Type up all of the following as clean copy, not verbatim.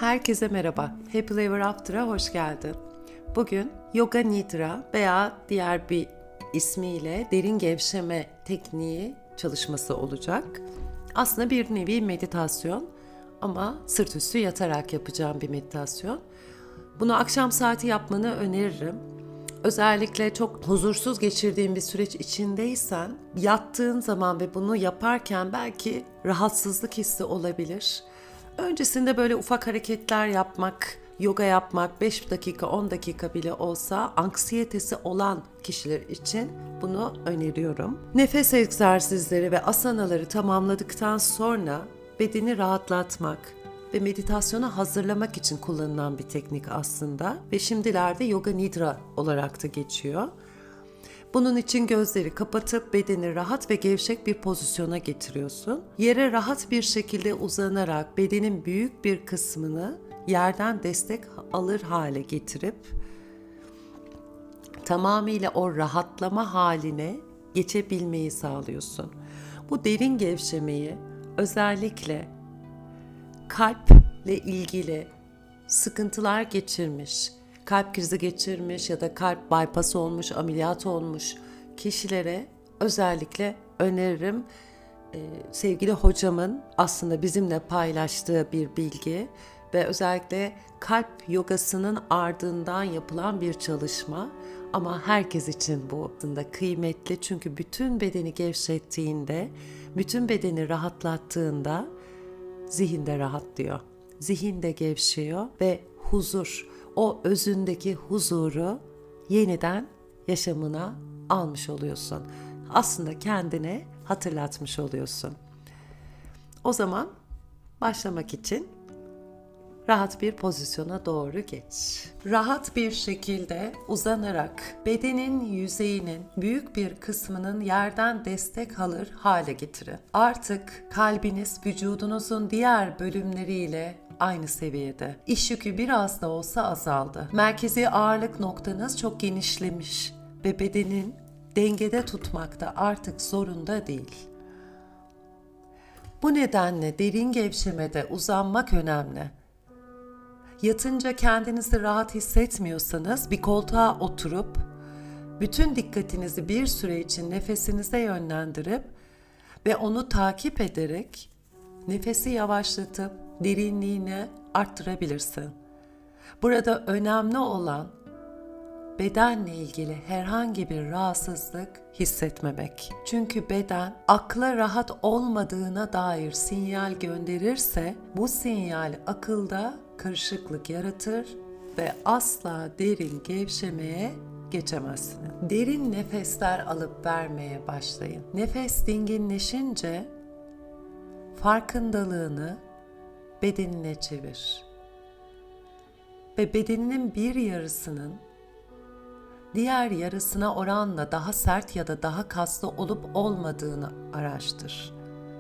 Herkese merhaba. Happy Ever After'a hoş geldin. Bugün Yoga Nidra veya diğer bir ismiyle derin gevşeme tekniği çalışması olacak. Aslında bir nevi meditasyon ama sırt üstü yatarak yapacağım bir meditasyon. Bunu akşam saati yapmanı öneririm. Özellikle çok huzursuz geçirdiğin bir süreç içindeysen yattığın zaman ve bunu yaparken belki rahatsızlık hissi olabilir. Öncesinde böyle ufak hareketler yapmak, yoga yapmak 5 dakika 10 dakika bile olsa anksiyetesi olan kişiler için bunu öneriyorum. Nefes egzersizleri ve asanaları tamamladıktan sonra bedeni rahatlatmak ve meditasyona hazırlamak için kullanılan bir teknik aslında ve şimdilerde Yoga Nidra olarak da geçiyor. Bunun için gözleri kapatıp bedeni rahat ve gevşek bir pozisyona getiriyorsun. Yere rahat bir şekilde uzanarak bedenin büyük bir kısmını yerden destek alır hale getirip tamamıyla o rahatlama haline geçebilmeyi sağlıyorsun. Bu derin gevşemeyi özellikle kalple ilgili sıkıntılar geçirmiş, kalp krizi geçirmiş ya da kalp bypass olmuş, ameliyat olmuş kişilere özellikle öneririm. Sevgili hocamın aslında bizimle paylaştığı bir bilgi ve özellikle kalp yogasının ardından yapılan bir çalışma. Ama herkes için bu aslında kıymetli çünkü bütün bedeni gevşettiğinde, bütün bedeni rahatlattığında zihin de rahatlıyor. Zihin de gevşiyor ve huzur, o özündeki huzuru yeniden yaşamına almış oluyorsun. Aslında kendine hatırlatmış oluyorsun. O zaman başlamak için rahat bir pozisyona doğru geç. Rahat bir şekilde uzanarak bedenin yüzeyinin büyük bir kısmının yerden destek alır hale getirin. Artık kalbiniz vücudunuzun diğer bölümleriyle aynı seviyede. İş yükü biraz da olsa azaldı. Merkezi ağırlık noktanız çok genişlemiş ve bedenin dengede tutmakta artık zorunda değil. Bu nedenle derin gevşemede uzanmak önemli. Yatınca kendinizi rahat hissetmiyorsanız bir koltuğa oturup bütün dikkatinizi bir süre için nefesinize yönlendirip ve onu takip ederek nefesi yavaşlatıp derinliğini arttırabilirsin. Burada önemli olan bedenle ilgili herhangi bir rahatsızlık hissetmemek. Çünkü beden akla rahat olmadığına dair sinyal gönderirse bu sinyal akılda karışıklık yaratır ve asla derin gevşemeye geçemezsiniz. Derin nefesler alıp vermeye başlayın. Nefes dinginleşince farkındalığını bedenine çevir. Ve bedeninin bir yarısının diğer yarısına oranla daha sert ya da daha kaslı olup olmadığını araştır.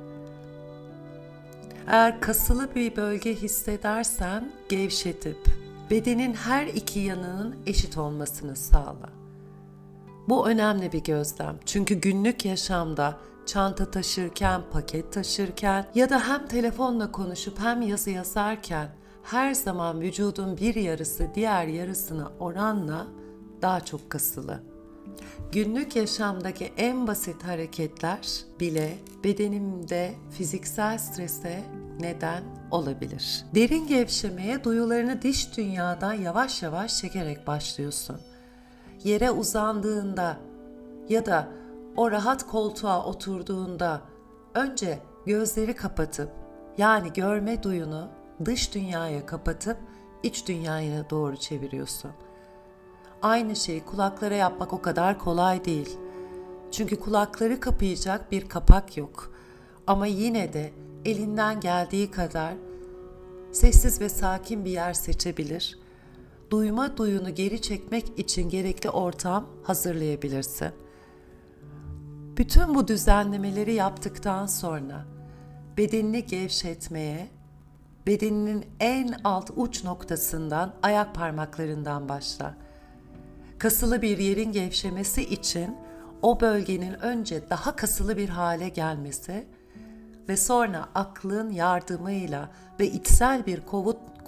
Eğer kasılı bir bölge hissedersen gevşetip bedenin her iki yanının eşit olmasını sağla. Bu önemli bir gözlem. Çünkü günlük yaşamda çanta taşırken, paket taşırken ya da hem telefonla konuşup hem yazı yazarken her zaman vücudun bir yarısı diğer yarısına oranla daha çok kasılı. Günlük yaşamdaki en basit hareketler bile bedenimde fiziksel strese neden olabilir. Derin gevşemeye duyularını dış dünyadan yavaş yavaş çekerek başlıyorsun. Yere uzandığında ya da o rahat koltuğa oturduğunda önce gözleri kapatıp yani görme duyunu dış dünyaya kapatıp iç dünyaya doğru çeviriyorsun. Aynı şeyi kulaklara yapmak o kadar kolay değil. Çünkü kulakları kapayacak bir kapak yok. Ama yine de elinden geldiği kadar sessiz ve sakin bir yer seçebilir. Duyma duyunu geri çekmek için gerekli ortam hazırlayabilirsin. Bütün bu düzenlemeleri yaptıktan sonra bedenini gevşetmeye, bedeninin en alt uç noktasından ayak parmaklarından başla. Kasılı bir yerin gevşemesi için o bölgenin önce daha kasılı bir hale gelmesi ve sonra aklın yardımıyla ve içsel bir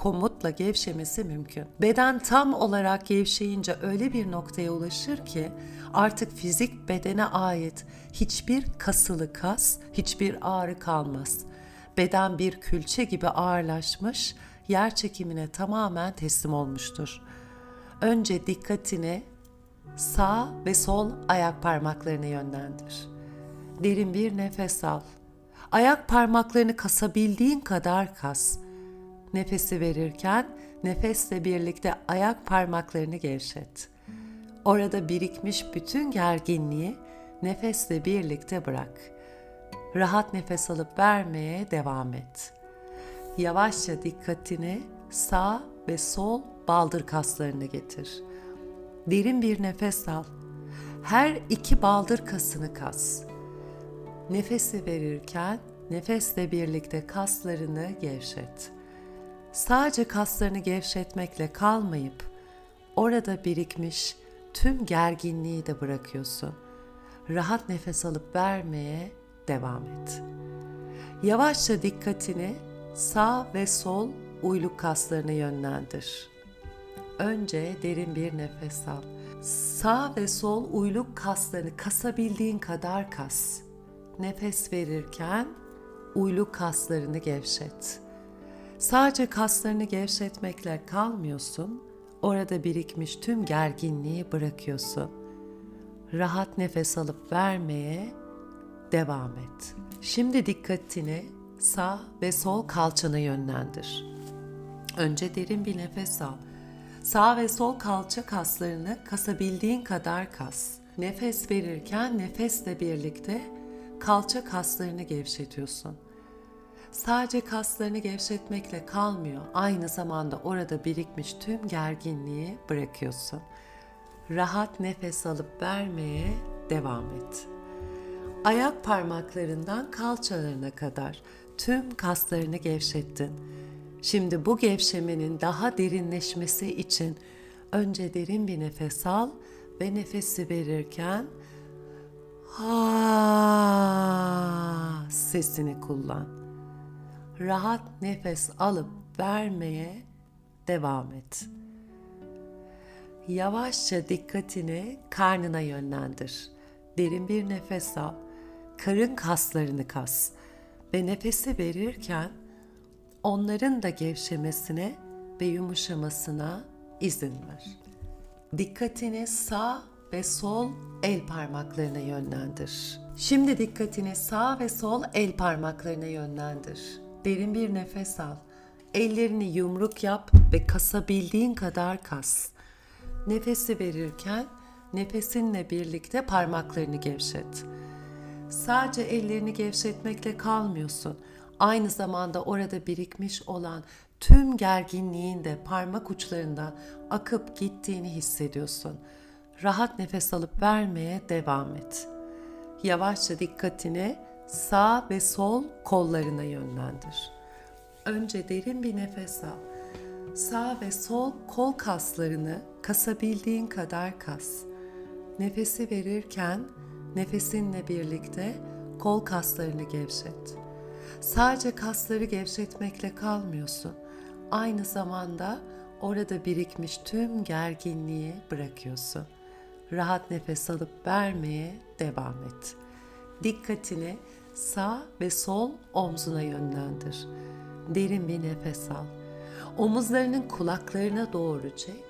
komutla gevşemesi mümkün. Beden tam olarak gevşeyince öyle bir noktaya ulaşır ki artık fizik bedene ait hiçbir kasılı kas, hiçbir ağrı kalmaz. Beden bir külçe gibi ağırlaşmış, yer çekimine tamamen teslim olmuştur. Önce dikkatini sağ ve sol ayak parmaklarına yönlendir. Derin bir nefes al. Ayak parmaklarını kasabildiğin kadar kas. Nefesi verirken nefesle birlikte ayak parmaklarını gevşet. Orada birikmiş bütün gerginliği nefesle birlikte bırak. Rahat nefes alıp vermeye devam et. Yavaşça dikkatini sağ ve sol baldır kaslarına getir. Derin bir nefes al. Her iki baldır kasını kas. Nefesi verirken nefesle birlikte kaslarını gevşet. Sadece kaslarını gevşetmekle kalmayıp orada birikmiş tüm gerginliği de bırakıyorsun. Rahat nefes alıp vermeye devam et. Yavaşça dikkatini sağ ve sol uyluk kaslarına yönlendir. Önce derin bir nefes al. Sağ ve sol uyluk kaslarını kasabildiğin kadar kas. Nefes verirken uyluk kaslarını gevşet. Sadece kaslarını gevşetmekle kalmıyorsun, orada birikmiş tüm gerginliği bırakıyorsun. Rahat nefes alıp vermeye devam et. Şimdi dikkatini sağ ve sol kalçana yönlendir. Önce derin bir nefes al. Sağ ve sol kalça kaslarını kasabildiğin kadar kas. Nefes verirken nefesle birlikte kalça kaslarını gevşetiyorsun. Sadece kaslarını gevşetmekle kalmıyor, aynı zamanda orada birikmiş tüm gerginliği bırakıyorsun. Rahat nefes alıp vermeye devam et. Ayak parmaklarından kalçalarına kadar tüm kaslarını gevşettin. Şimdi bu gevşemenin daha derinleşmesi için önce derin bir nefes al ve nefesi verirken sesini kullan. Rahat nefes alıp vermeye devam et. Yavaşça dikkatini karnına yönlendir. Derin bir nefes al. Karın kaslarını kas ve nefesi verirken onların da gevşemesine ve yumuşamasına izin ver. Dikkatini sağ ve sol el parmaklarına yönlendir. Şimdi dikkatini sağ ve sol el parmaklarına yönlendir. Derin bir nefes al. Ellerini yumruk yap ve kasabildiğin kadar kas. Nefesi verirken nefesinle birlikte parmaklarını gevşet. Sadece ellerini gevşetmekle kalmıyorsun. Aynı zamanda orada birikmiş olan tüm gerginliğin de parmak uçlarından akıp gittiğini hissediyorsun. Rahat nefes alıp vermeye devam et. Yavaşça dikkatini sağ ve sol kollarına yönlendir. Önce derin bir nefes al. Sağ ve sol kol kaslarını kasabildiğin kadar kas. Nefesi verirken nefesinle birlikte kol kaslarını gevşet. Sadece kasları gevşetmekle kalmıyorsun. Aynı zamanda orada birikmiş tüm gerginliği bırakıyorsun. Rahat nefes alıp vermeye devam et. Dikkatini sağ ve sol omzuna yönlendir. Derin bir nefes al. Omuzlarının kulaklarına doğru çek.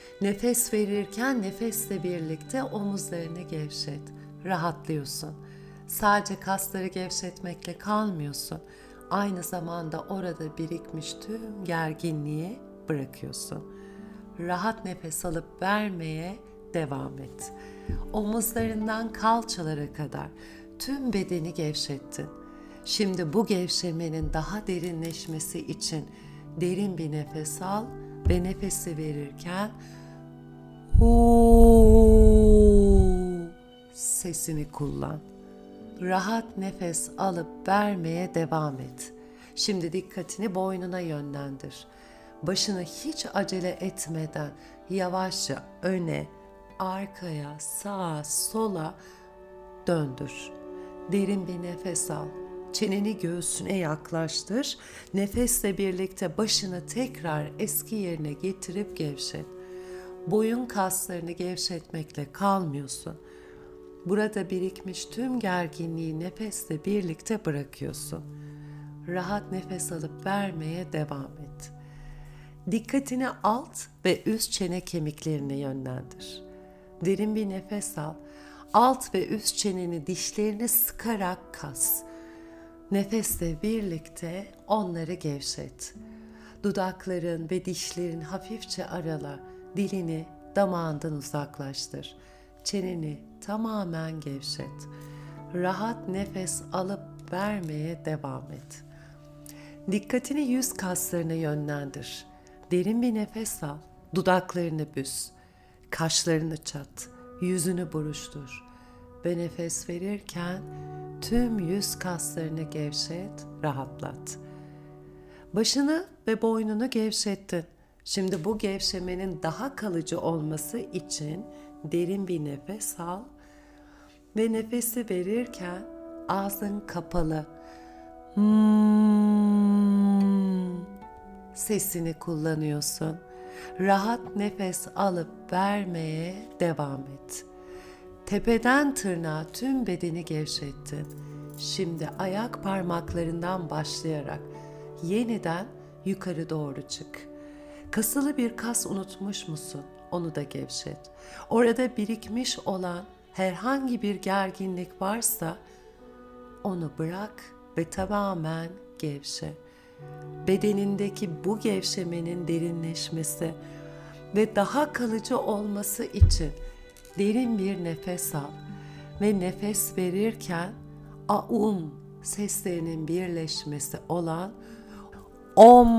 Nefes verirken nefesle birlikte omuzlarını gevşet. Rahatlıyorsun. Sadece kasları gevşetmekle kalmıyorsun. Aynı zamanda orada birikmiş tüm gerginliği bırakıyorsun. Rahat nefes alıp vermeye devam et. Omuzlarından kalçalara kadar tüm bedeni gevşettin. Şimdi bu gevşemenin daha derinleşmesi için derin bir nefes al ve nefesi verirken sesini kullan. Rahat nefes alıp vermeye devam et. Şimdi dikkatini boynuna yönlendir. Başını hiç acele etmeden yavaşça öne, arkaya, sağa, sola döndür. Derin bir nefes al. Çeneni göğsüne yaklaştır. Nefesle birlikte başını tekrar eski yerine getirip gevşet. Boyun kaslarını gevşetmekle kalmıyorsun. Burada birikmiş tüm gerginliği nefesle birlikte bırakıyorsun. Rahat nefes alıp vermeye devam et. Dikkatini alt ve üst çene kemiklerine yönlendir. Derin bir nefes al. Alt ve üst çeneni dişlerini sıkarak kas. Nefesle birlikte onları gevşet. Dudakların ve dişlerin hafifçe arala. Dilini damağından uzaklaştır. Çeneni tamamen gevşet. Rahat nefes alıp vermeye devam et. Dikkatini yüz kaslarına yönlendir. Derin bir nefes al. Dudaklarını büz. Kaşlarını çat. Yüzünü buruştur. Ve nefes verirken tüm yüz kaslarını gevşet, rahatlat. Başını ve boynunu gevşettin. Şimdi bu gevşemenin daha kalıcı olması için derin bir nefes al ve nefesi verirken ağzın kapalı sesini kullanıyorsun. Rahat nefes alıp vermeye devam et. Tepeden tırnağa tüm bedeni gevşettin. Şimdi ayak parmaklarından başlayarak yeniden yukarı doğru çık. Kasılı bir kas unutmuş musun? Onu da gevşet. Orada birikmiş olan herhangi bir gerginlik varsa onu bırak ve tamamen gevşe. Bedenindeki bu gevşemenin derinleşmesi ve daha kalıcı olması için derin bir nefes al ve nefes verirken aum seslerinin birleşmesi olan om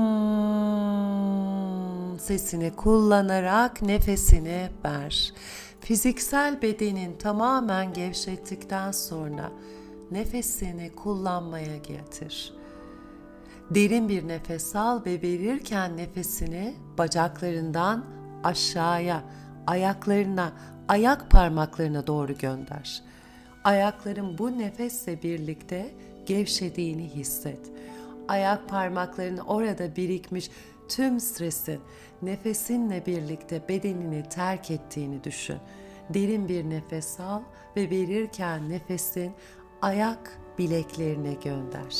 sesini kullanarak nefesini ver. Fiziksel bedenin tamamen gevşettikten sonra nefesini kullanmaya getir. Derin bir nefes al ve verirken nefesini bacaklarından aşağıya, ayaklarına, ayak parmaklarına doğru gönder. Ayakların bu nefesle birlikte gevşediğini hisset. Ayak parmaklarının orada birikmiş tüm stresin nefesinle birlikte bedenini terk ettiğini düşün. Derin bir nefes al ve verirken nefesin ayak bileklerine gönder.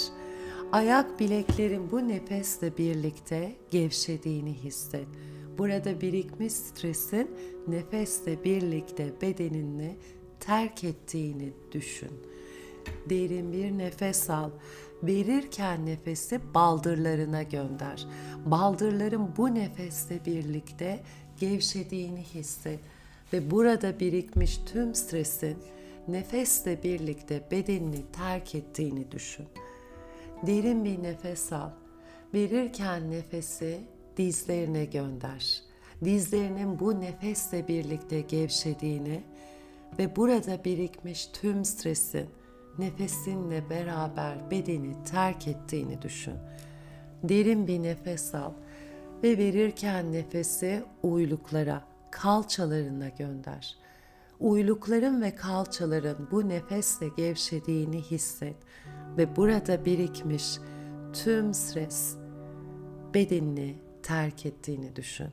Ayak bileklerin bu nefesle birlikte gevşediğini hisset. Burada birikmiş stresin nefesle birlikte bedenini terk ettiğini düşün. Derin bir nefes al. Verirken nefesi baldırlarına gönder. Baldırların bu nefesle birlikte gevşediğini hisset. Ve burada birikmiş tüm stresin nefesle birlikte bedenini terk ettiğini düşün. Derin bir nefes al. Verirken nefesi dizlerine gönder. Dizlerinin bu nefesle birlikte gevşediğini ve burada birikmiş tüm stresin nefesinle beraber bedeni terk ettiğini düşün. Derin bir nefes al ve verirken nefesi uyluklara, kalçalarına gönder. Uylukların ve kalçaların bu nefesle gevşediğini hisset ve burada birikmiş tüm stres bedenini terk ettiğini düşün.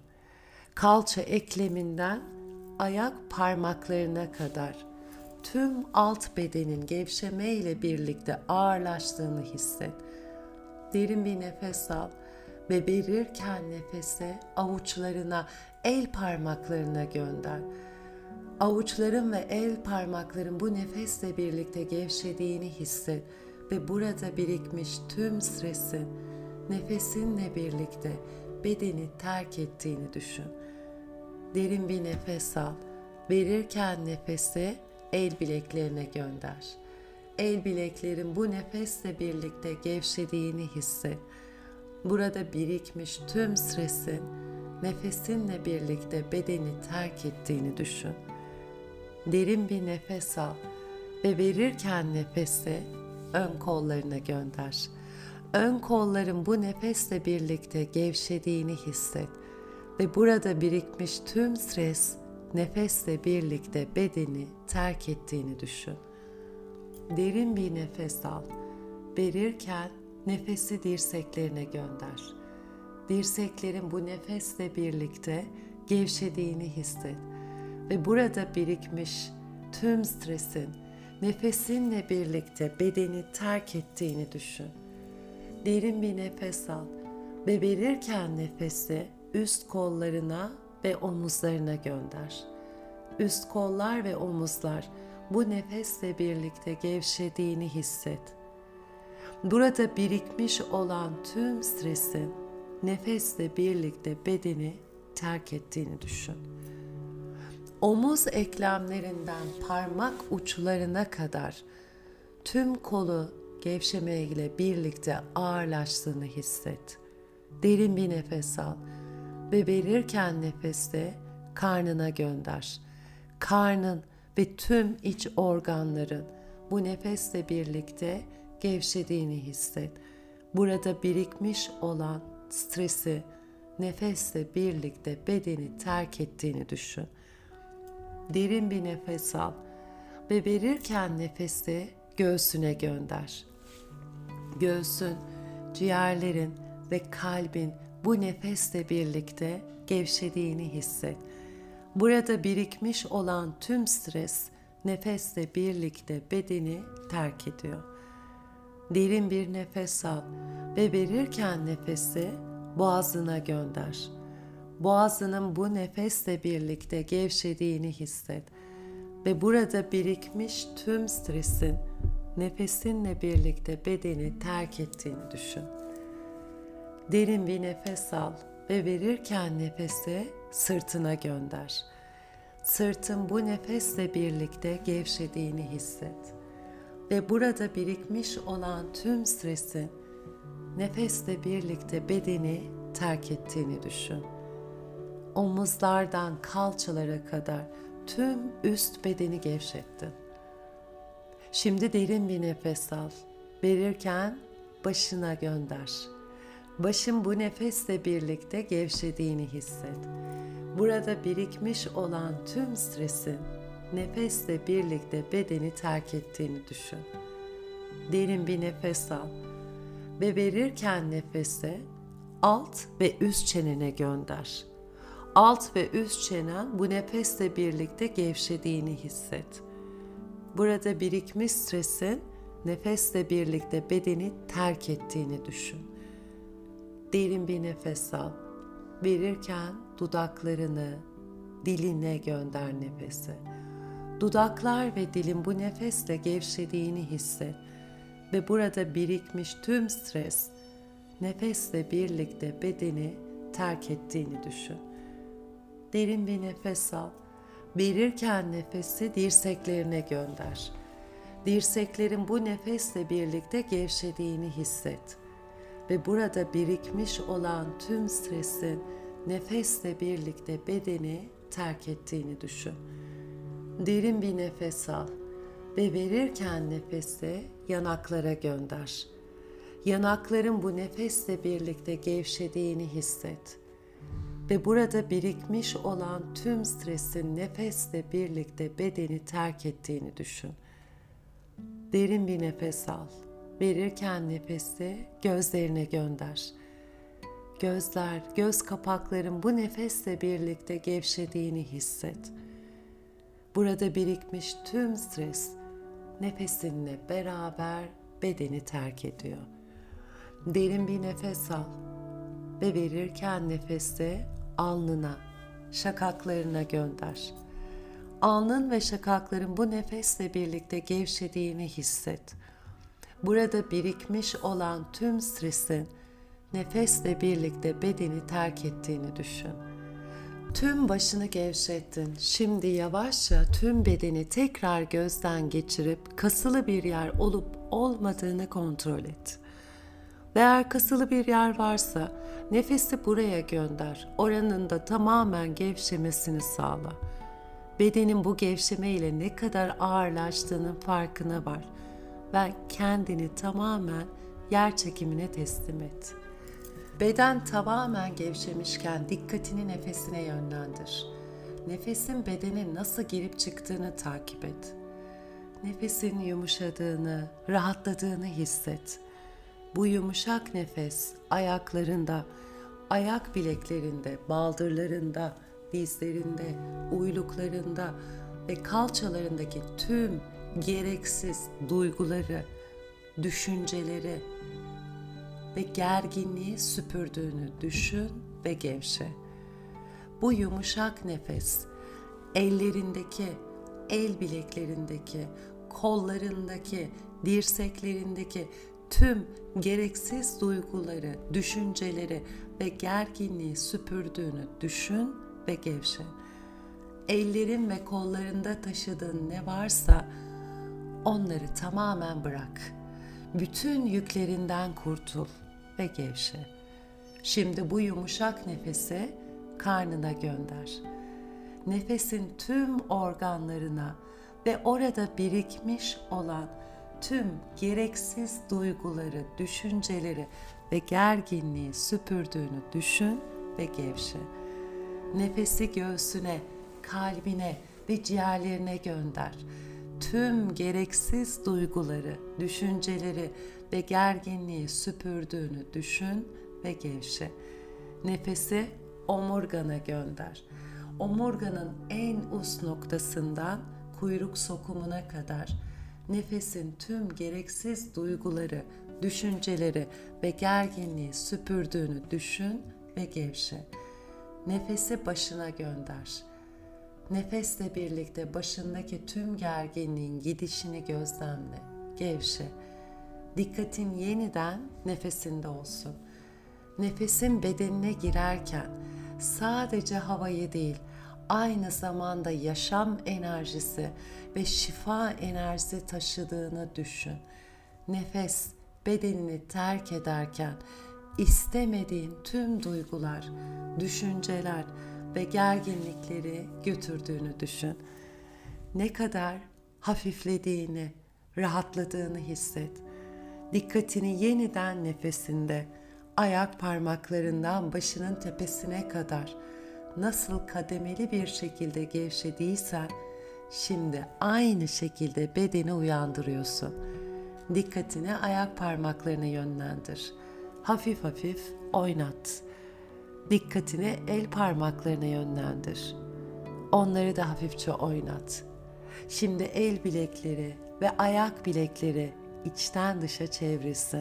Kalça ekleminden ayak parmaklarına kadar tüm alt bedenin gevşeme ile birlikte ağırlaştığını hisset. Derin bir nefes al ve verirken nefesi avuçlarına, el parmaklarına gönder. Avuçların ve el parmakların bu nefesle birlikte gevşediğini hisset ve burada birikmiş tüm stresin nefesinle birlikte bedeni terk ettiğini düşün. Derin bir nefes al. Verirken nefesi el bileklerine gönder. El bileklerin bu nefesle birlikte gevşediğini hisset. Burada birikmiş tüm stresin nefesinle birlikte bedeni terk ettiğini düşün. Derin bir nefes al ve verirken nefesi ön kollarına gönder. Ön kolların bu nefesle birlikte gevşediğini hisset ve burada birikmiş tüm stres nefesle birlikte bedeni terk ettiğini düşün. Derin bir nefes al. verirken nefesi dirseklerine gönder. Dirseklerin bu nefesle birlikte gevşediğini hisset ve burada birikmiş tüm stresin nefesinle birlikte bedeni terk ettiğini düşün. Derin bir nefes al ve verirken nefesi üst kollarına ve omuzlarına gönder. Üst kollar ve omuzlar bu nefesle birlikte gevşediğini hisset. Burada birikmiş olan tüm stresin nefesle birlikte bedeni terk ettiğini düşün. Omuz eklemlerinden parmak uçlarına kadar tüm kolu gevşemeyle birlikte ağırlaştığını hisset. Derin bir nefes al ve verirken nefesi karnına gönder. Karnın ve tüm iç organların bu nefesle birlikte gevşediğini hisset. Burada birikmiş olan stresi nefesle birlikte bedeni terk ettiğini düşün. Derin bir nefes al ve verirken nefesi göğsüne gönder. Göğsün, ciğerlerin ve kalbin bu nefesle birlikte gevşediğini hisset. Burada birikmiş olan tüm stres nefesle birlikte bedeni terk ediyor. Derin bir nefes al ve verirken nefesi boğazına gönder. Boğazının bu nefesle birlikte gevşediğini hisset ve burada birikmiş tüm stresin nefesinle birlikte bedeni terk ettiğini düşün. Derin bir nefes al ve verirken nefesi sırtına gönder. Sırtın bu nefesle birlikte gevşediğini hisset ve burada birikmiş olan tüm stresin nefesle birlikte bedeni terk ettiğini düşün. Omuzlardan kalçalara kadar tüm üst bedeni gevşettin. Şimdi derin bir nefes al. Verirken başına gönder. Başın bu nefesle birlikte gevşediğini hisset. Burada birikmiş olan tüm stresin nefesle birlikte bedeni terk ettiğini düşün. Derin bir nefes al ve verirken nefesi alt ve üst çenene gönder. Alt ve üst çenen bu nefesle birlikte gevşediğini hisset. Burada birikmiş stresin nefesle birlikte bedeni terk ettiğini düşün. Derin bir nefes al. Verirken dudaklarını, diline gönder nefesi. Dudaklar ve dilin bu nefesle gevşediğini hisset ve burada birikmiş tüm stres nefesle birlikte bedeni terk ettiğini düşün. Derin bir nefes al. Verirken nefesi dirseklerine gönder. Dirseklerin bu nefesle birlikte gevşediğini hisset ve burada birikmiş olan tüm stresin nefesle birlikte bedeni terk ettiğini düşün. Derin bir nefes al ve verirken nefesi yanaklara gönder. Yanakların bu nefesle birlikte gevşediğini hisset ve burada birikmiş olan tüm stresin nefesle birlikte bedeni terk ettiğini düşün. Derin bir nefes al. Verirken nefesi gözlerine gönder. Gözler, göz kapakların bu nefesle birlikte gevşediğini hisset. Burada birikmiş tüm stres nefesinle beraber bedeni terk ediyor. Derin bir nefes al ve verirken nefesi alnına, şakaklarına gönder. Alnın ve şakakların bu nefesle birlikte gevşediğini hisset. Burada birikmiş olan tüm stresin nefesle birlikte bedeni terk ettiğini düşün. Tüm başını gevşettin. Şimdi yavaşça tüm bedeni tekrar gözden geçirip kasılı bir yer olup olmadığını kontrol et. Ve eğer kasılı bir yer varsa nefesi buraya gönder. Oranın da tamamen gevşemesini sağla. Bedenin bu gevşeme ile ne kadar ağırlaştığının farkına var ve kendini tamamen yer çekimine teslim et. Beden tamamen gevşemişken dikkatini nefesine yönlendir. Nefesin bedene nasıl girip çıktığını takip et. Nefesin yumuşadığını, rahatladığını hisset. Bu yumuşak nefes ayaklarında, ayak bileklerinde, baldırlarında, dizlerinde, uyluklarında ve kalçalarındaki tüm gereksiz duyguları, düşünceleri ve gerginliği süpürdüğünü düşün ve gevşe. Bu yumuşak nefes ellerindeki, el bileklerindeki, kollarındaki, dirseklerindeki tüm gereksiz duyguları, düşünceleri ve gerginliği süpürdüğünü düşün ve gevşe. Ellerin ve kollarında taşıdığın ne varsa onları tamamen bırak. Bütün yüklerinden kurtul ve gevşe. Şimdi bu yumuşak nefesi karnına gönder. Nefesin tüm organlarına ve orada birikmiş olan tüm gereksiz duyguları, düşünceleri ve gerginliği süpürdüğünü düşün ve gevşe. Nefesi göğsüne, kalbine ve ciğerlerine gönder. Tüm gereksiz duyguları, düşünceleri ve gerginliği süpürdüğünü düşün ve gevşe. Nefesi omurgana gönder. Omurganın en uç noktasından kuyruk sokumuna kadar nefesin tüm gereksiz duyguları, düşünceleri ve gerginliği süpürdüğünü düşün ve gevşe. Nefesi başına gönder. Nefesle birlikte başındaki tüm gerginliğin gidişini gözlemle, gevşe. Dikkatin yeniden nefesinde olsun. Nefesin bedenine girerken sadece havayı değil, aynı zamanda yaşam enerjisi ve şifa enerjisi taşıdığını düşün. Nefes bedenini terk ederken istemediğin tüm duygular, düşünceler ve gerginlikleri götürdüğünü düşün. Ne kadar hafiflediğini, rahatladığını hisset. Dikkatini yeniden nefesinde, ayak parmaklarından başının tepesine kadar nasıl kademeli bir şekilde gevşediysen, şimdi aynı şekilde bedeni uyandırıyorsun. Dikkatini ayak parmaklarına yönlendir. Hafif hafif oynat. Dikkatini el parmaklarına yönlendir. Onları da hafifçe oynat. Şimdi el bilekleri ve ayak bilekleri içten dışa çevrilsin.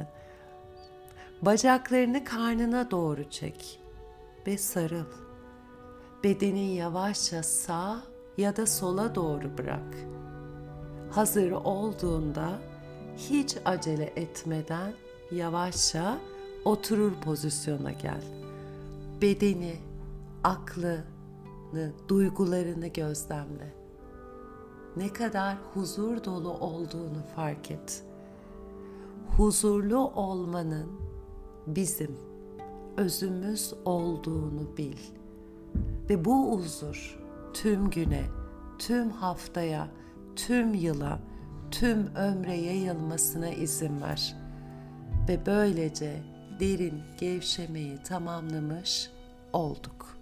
Bacaklarını karnına doğru çek ve sarıl. Bedeni yavaşça sağa ya da sola doğru bırak. Hazır olduğunda hiç acele etmeden yavaşça oturur pozisyona gel. Bedeni, aklını, duygularını gözlemle. Ne kadar huzur dolu olduğunu fark et. Huzurlu olmanın bizim özümüz olduğunu bil. Ve bu huzur tüm güne, tüm haftaya, tüm yıla, tüm ömre yayılmasına izin ver. Ve böylece derin gevşemeyi tamamlamış olduk.